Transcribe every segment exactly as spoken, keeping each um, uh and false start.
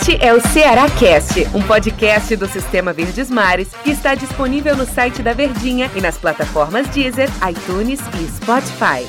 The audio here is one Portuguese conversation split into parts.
Este é o Ceará Cast, um podcast do Sistema Verdes Mares que está disponível no site da Verdinha e nas plataformas Deezer, iTunes e Spotify.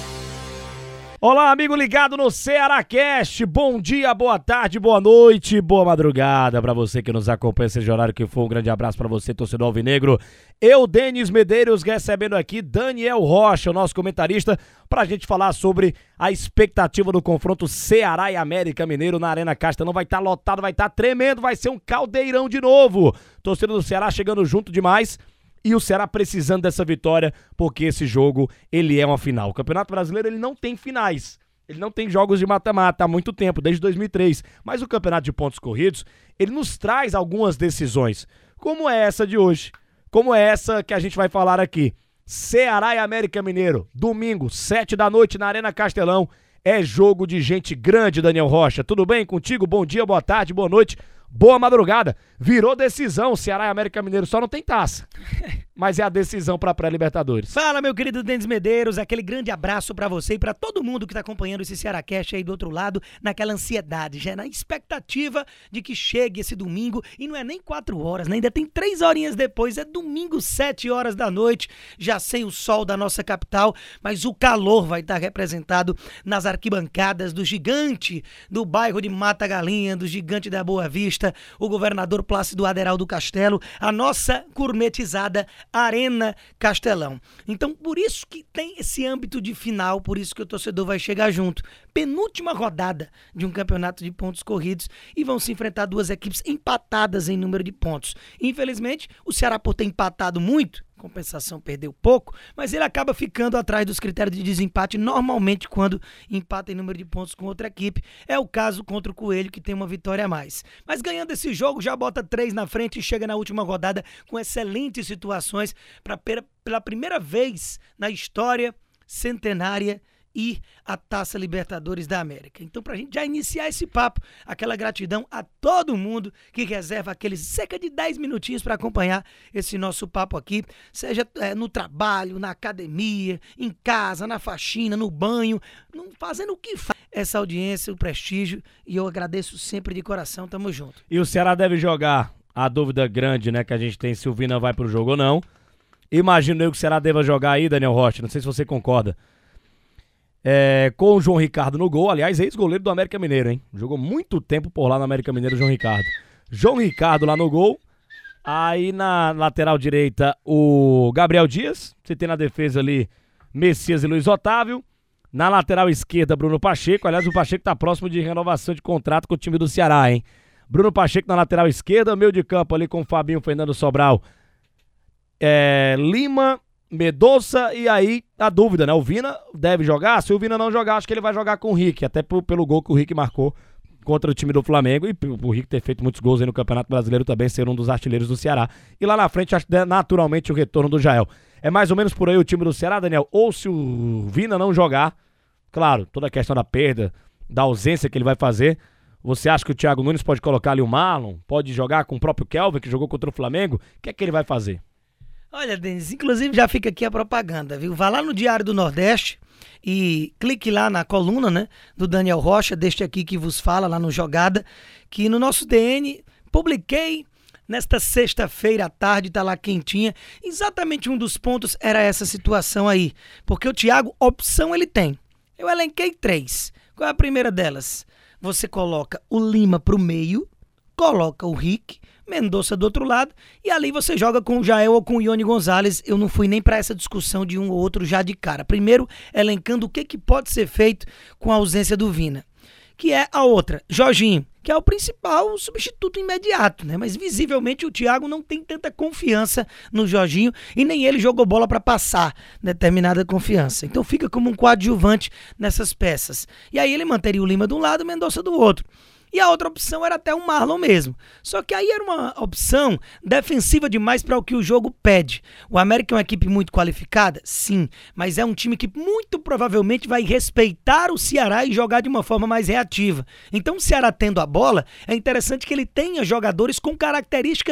Olá, amigo ligado no Ceará Cast. Bom dia, boa tarde, boa noite, boa madrugada para você que nos acompanha, seja o horário que for. Um grande abraço para você, torcedor alvinegro. Eu, Denis Medeiros, recebendo aqui Daniel Rocha, o nosso comentarista, para a gente falar sobre a expectativa do confronto Ceará e América Mineiro na Arena Castelão. Vai estar lotado, vai estar tremendo, vai ser um caldeirão de novo. Torcedor do Ceará chegando junto demais. E o Ceará precisando dessa vitória, porque esse jogo, ele é uma final. O Campeonato Brasileiro, ele não tem finais. Ele não tem jogos de mata-mata há muito tempo, desde dois mil e três. Mas o Campeonato de Pontos Corridos, ele nos traz algumas decisões. Como é essa de hoje. Como é essa que a gente vai falar aqui. Ceará e América Mineiro, domingo, sete da noite, na Arena Castelão. É jogo de gente grande, Daniel Rocha. Tudo bem contigo? Bom dia, boa tarde, boa noite. Boa madrugada, virou decisão, Ceará e América Mineiro, só não tem taça, mas é a decisão para pré-Libertadores. Fala, meu querido Denis Medeiros, aquele grande abraço para você e para todo mundo que tá acompanhando esse Ceará Cast aí do outro lado, naquela ansiedade, já na expectativa de que chegue esse domingo, e não é nem quatro horas, né? Ainda tem três horinhas depois, é domingo, sete horas da noite, já sem o sol da nossa capital, mas o calor vai estar representado nas arquibancadas do gigante do bairro de Mata Galinha, do gigante da Boa Vista, o governador Plácido Aderaldo Castelo, a nossa gourmetizada Arena Castelão. Então, por isso que tem esse âmbito de final, por isso que o torcedor vai chegar junto. Penúltima rodada de um campeonato de pontos corridos e vão se enfrentar duas equipes empatadas em número de pontos. Infelizmente, o Ceará, por ter empatado muito, compensação perdeu pouco, mas ele acaba ficando atrás dos critérios de desempate normalmente quando empata em número de pontos com outra equipe. É o caso contra o Coelho, que tem uma vitória a mais. Mas ganhando esse jogo, já bota três na frente e chega na última rodada com excelentes situações para pela primeira vez na história centenária e a Taça Libertadores da América. Então, pra gente já iniciar esse papo, aquela gratidão a todo mundo que reserva aqueles cerca de dez minutinhos para acompanhar esse nosso papo aqui, seja é, no trabalho, na academia, em casa, na faxina, no banho, não, fazendo o que faz. Essa audiência, o prestígio, e eu agradeço sempre de coração, tamo junto. E o Ceará deve jogar, a dúvida grande, né, que a gente tem se o Vina vai pro jogo ou não. Imagino eu que o Ceará deva jogar aí, Daniel Rocha, não sei se você concorda. É, com o João Ricardo no gol, aliás, ex-goleiro do América Mineiro, hein? Jogou muito tempo por lá no América Mineiro, João Ricardo. João Ricardo lá no gol. Aí na lateral direita, o Gabriel Dias. Você tem na defesa ali Messias e Luiz Otávio. Na lateral esquerda, Bruno Pacheco. Aliás, o Pacheco tá próximo de renovação de contrato com o time do Ceará, hein? Bruno Pacheco na lateral esquerda, meio de campo ali com o Fabinho, Fernando Sobral. É, Lima, Medoça, e aí a dúvida, né? O Vina deve jogar. Se o Vina não jogar, acho que ele vai jogar com o Rick, até p- pelo gol que o Rick marcou contra o time do Flamengo, e p- o Rick ter feito muitos gols aí no Campeonato Brasileiro também, ser um dos artilheiros do Ceará. E lá na frente, acho que naturalmente o retorno do Jael. É mais ou menos por aí o time do Ceará, Daniel? Ou se o Vina não jogar, claro, toda a questão da perda, da ausência que ele vai fazer, você acha que o Thiago Nunes pode colocar ali o Marlon? Pode jogar com o próprio Kelvin, que jogou contra o Flamengo? O que é que ele vai fazer? Olha, Denis, inclusive já fica aqui a propaganda, viu? Vá lá no Diário do Nordeste e clique lá na coluna, né, do Daniel Rocha, deste aqui que vos fala, lá no Jogada, que no nosso D N publiquei nesta sexta-feira à tarde, tá lá quentinha. Exatamente um dos pontos era essa situação aí, porque o Thiago, opção ele tem. Eu elenquei três. Qual é a primeira delas? Você coloca o Lima pro meio, coloca o Rick, Mendonça do outro lado, e ali você joga com o Jael ou com o Ione Gonzalez. Eu não fui nem para essa discussão de um ou outro já de cara. Primeiro, elencando o que, que pode ser feito com a ausência do Vina, que é a outra, Jorginho, que é o principal substituto imediato, né? Mas visivelmente o Thiago não tem tanta confiança no Jorginho e nem ele jogou bola para passar determinada confiança. Então fica como um coadjuvante nessas peças. E aí ele manteria o Lima de um lado e o Mendonça do outro. E a outra opção era até o Marlon mesmo. Só que aí era uma opção defensiva demais para o que o jogo pede. O América é uma equipe muito qualificada? Sim. Mas é um time que muito provavelmente vai respeitar o Ceará e jogar de uma forma mais reativa. Então o Ceará tendo a bola, é interessante que ele tenha jogadores com características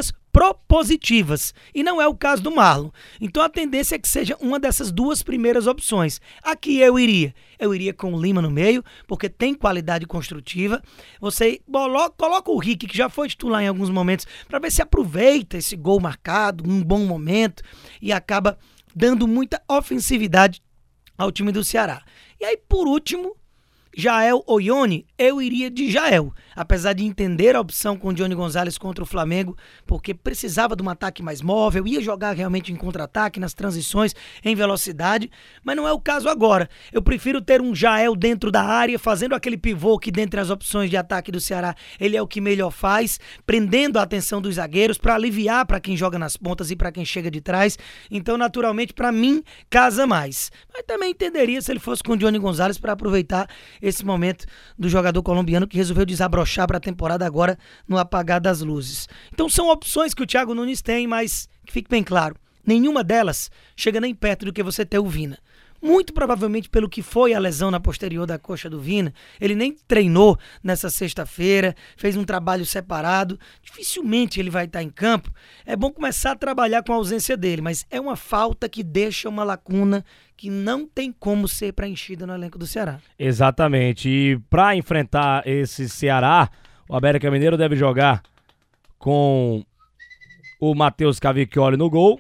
propositivas. E não é o caso do Marlon. Então a tendência é que seja uma dessas duas primeiras opções. Aqui eu iria. Eu iria com o Lima no meio, porque tem qualidade construtiva. Você coloca o Rick, que já foi titular em alguns momentos, para ver se aproveita esse gol marcado, um bom momento, e acaba dando muita ofensividade ao time do Ceará. E aí, por último, Jael ou Ione, eu iria de Jael, apesar de entender a opção com o Johnny Gonzalez contra o Flamengo, porque precisava de um ataque mais móvel, ia jogar realmente em contra-ataque, nas transições, em velocidade, mas não é o caso agora. Eu prefiro ter um Jael dentro da área, fazendo aquele pivô que dentre as opções de ataque do Ceará, ele é o que melhor faz, prendendo a atenção dos zagueiros, para aliviar para quem joga nas pontas e para quem chega de trás. Então, naturalmente, para mim, casa mais. Mas também entenderia se ele fosse com o Johnny Gonzalez para aproveitar esse momento do jogador colombiano que resolveu desabrochar para a temporada agora no apagar das luzes. Então são opções que o Thiago Nunes tem, mas que fique bem claro, nenhuma delas chega nem perto do que você ter o Vina. Muito provavelmente pelo que foi a lesão na posterior da coxa do Vina, ele nem treinou nessa sexta-feira, fez um trabalho separado, dificilmente ele vai estar em campo. É bom começar a trabalhar com a ausência dele, mas é uma falta que deixa uma lacuna que não tem como ser preenchida no elenco do Ceará. Exatamente, e para enfrentar esse Ceará, o América Mineiro deve jogar com o Matheus Cavicchioli no gol,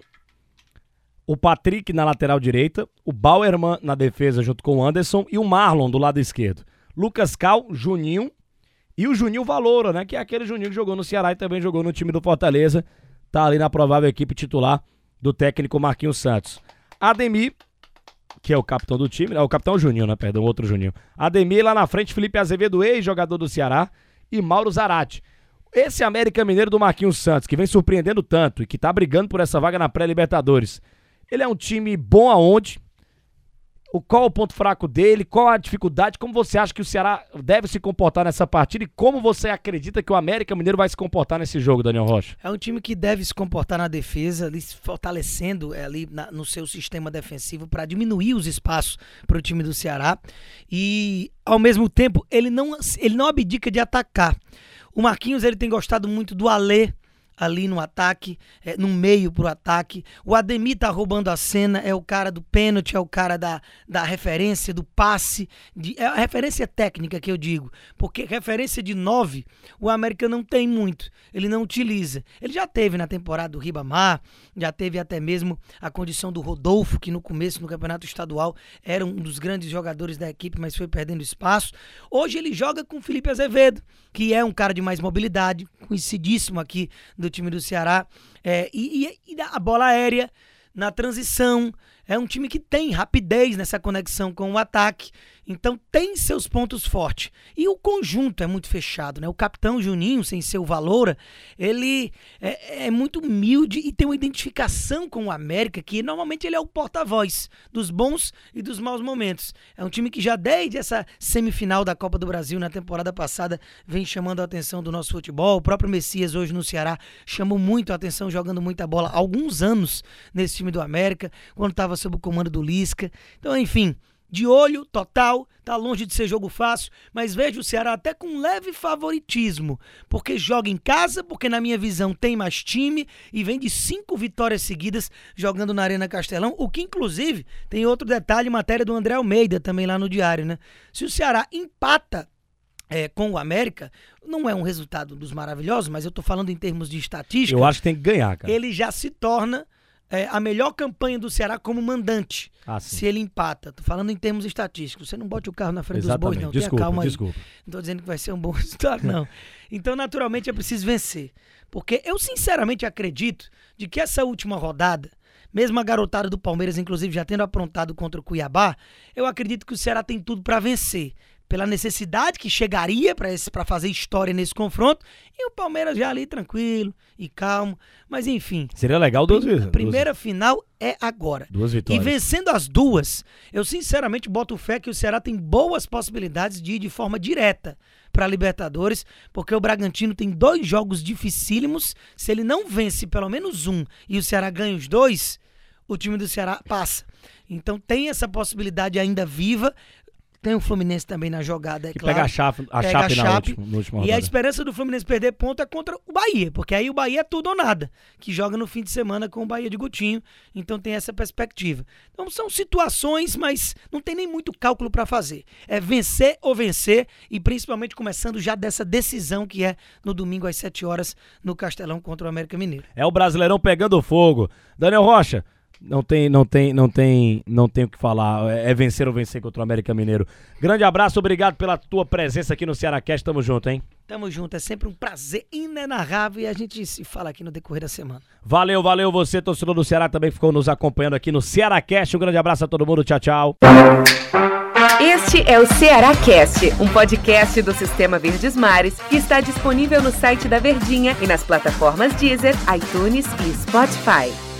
o Patrick na lateral direita, o Bauerman na defesa junto com o Anderson e o Marlon do lado esquerdo. Lucas Cal, Juninho e o Juninho Valora, né? Que é aquele Juninho que jogou no Ceará e também jogou no time do Fortaleza. Tá ali na provável equipe titular do técnico Marquinhos Santos. Ademir, que é o capitão do time, é o capitão Juninho, né? Perdão, outro Juninho. Ademir lá na frente, Felipe Azevedo, ex-jogador do Ceará, e Mauro Zarate. Esse América Mineiro do Marquinhos Santos, que vem surpreendendo tanto e que tá brigando por essa vaga na pré-Libertadores. Ele é um time bom aonde? O, qual é o ponto fraco dele? Qual a dificuldade? Como você acha que o Ceará deve se comportar nessa partida? E como você acredita que o América Mineiro vai se comportar nesse jogo, Daniel Rocha? É um time que deve se comportar na defesa, ali, fortalecendo é, ali na, no seu sistema defensivo para diminuir os espaços para o time do Ceará. E, ao mesmo tempo, ele não, ele não abdica de atacar. O Marquinhos ele tem gostado muito do Alê ali no ataque, é, no meio pro ataque. O Ademir tá roubando a cena, é o cara do pênalti, é o cara da, da referência, do passe, de, é a referência técnica que eu digo, porque referência de nove, o América não tem muito, ele não utiliza. Ele já teve na temporada do Ribamar, já teve até mesmo a condição do Rodolfo, que no começo, no campeonato estadual, era um dos grandes jogadores da equipe, mas foi perdendo espaço. Hoje ele joga com o Felipe Azevedo, que é um cara de mais mobilidade, conhecidíssimo aqui do time do Ceará, é, e, e, e a bola aérea na transição, é um time que tem rapidez nessa conexão com o ataque, então tem seus pontos fortes. E o conjunto é muito fechado, né? O capitão Juninho, sem ser o Valora, ele é, é muito humilde e tem uma identificação com o América, que normalmente ele é o porta-voz dos bons e dos maus momentos. É um time que já desde essa semifinal da Copa do Brasil na temporada passada vem chamando a atenção do nosso futebol. O próprio Messias hoje no Ceará chamou muito a atenção, jogando muita bola há alguns anos nesse time do América, quando estava sob o comando do Lisca. Então, enfim, de olho total, tá longe de ser jogo fácil, mas vejo o Ceará até com um leve favoritismo, porque joga em casa, porque na minha visão tem mais time e vem de cinco vitórias seguidas jogando na Arena Castelão, o que inclusive tem outro detalhe, matéria do André Almeida também lá no Diário, né? Se o Ceará empata É, com o América, não é um resultado dos maravilhosos, mas eu tô falando em termos de estatística. Eu acho que tem que ganhar, cara. Ele já se torna é, a melhor campanha do Ceará como mandante, ah, se ele empata. Tô falando em termos estatísticos. Você não bote o carro na frente Exatamente. dos bois, não. Desculpa, Tenha calma aí. desculpa. Não tô dizendo que vai ser um bom resultado, não. Então, naturalmente, é preciso vencer. Porque eu, sinceramente, acredito de que essa última rodada, mesmo a garotada do Palmeiras, inclusive, já tendo aprontado contra o Cuiabá, eu acredito que o Ceará tem tudo para vencer. Pela necessidade que chegaria para fazer história nesse confronto, e o Palmeiras já ali tranquilo e calmo, mas enfim. Seria legal duas vezes. A primeira duas... final é agora. Duas vitórias. E vencendo as duas, eu sinceramente boto fé que o Ceará tem boas possibilidades de ir de forma direta para a Libertadores, porque o Bragantino tem dois jogos dificílimos, se ele não vence pelo menos um e o Ceará ganha os dois, o time do Ceará passa. Então tem essa possibilidade ainda viva. Tem o Fluminense também na jogada, é que claro. pega a Chape, a Pega Chape a na Chape. última, na última E rodada. a esperança do Fluminense perder ponto é contra o Bahia, porque aí o Bahia é tudo ou nada, que joga no fim de semana com o Bahia de Gutinho, então tem essa perspectiva. Então são situações, mas não tem nem muito cálculo para fazer. É vencer ou vencer, e principalmente começando já dessa decisão que é no domingo às sete horas no Castelão contra o América Mineiro. É o Brasileirão pegando fogo. Daniel Rocha, não tem, não tem, não tem, não tem o que falar. É vencer ou vencer contra o América Mineiro. Grande abraço, obrigado pela tua presença aqui no Cearacast. Tamo junto, hein? Tamo junto, é sempre um prazer inenarrável e a gente se fala aqui no decorrer da semana. Valeu, valeu você, torcedor do Ceará, também que ficou nos acompanhando aqui no Cearacast. Um grande abraço a todo mundo, tchau, tchau. Este é o Cearacast, um podcast do Sistema Verdes Mares que está disponível no site da Verdinha e nas plataformas Deezer, iTunes e Spotify.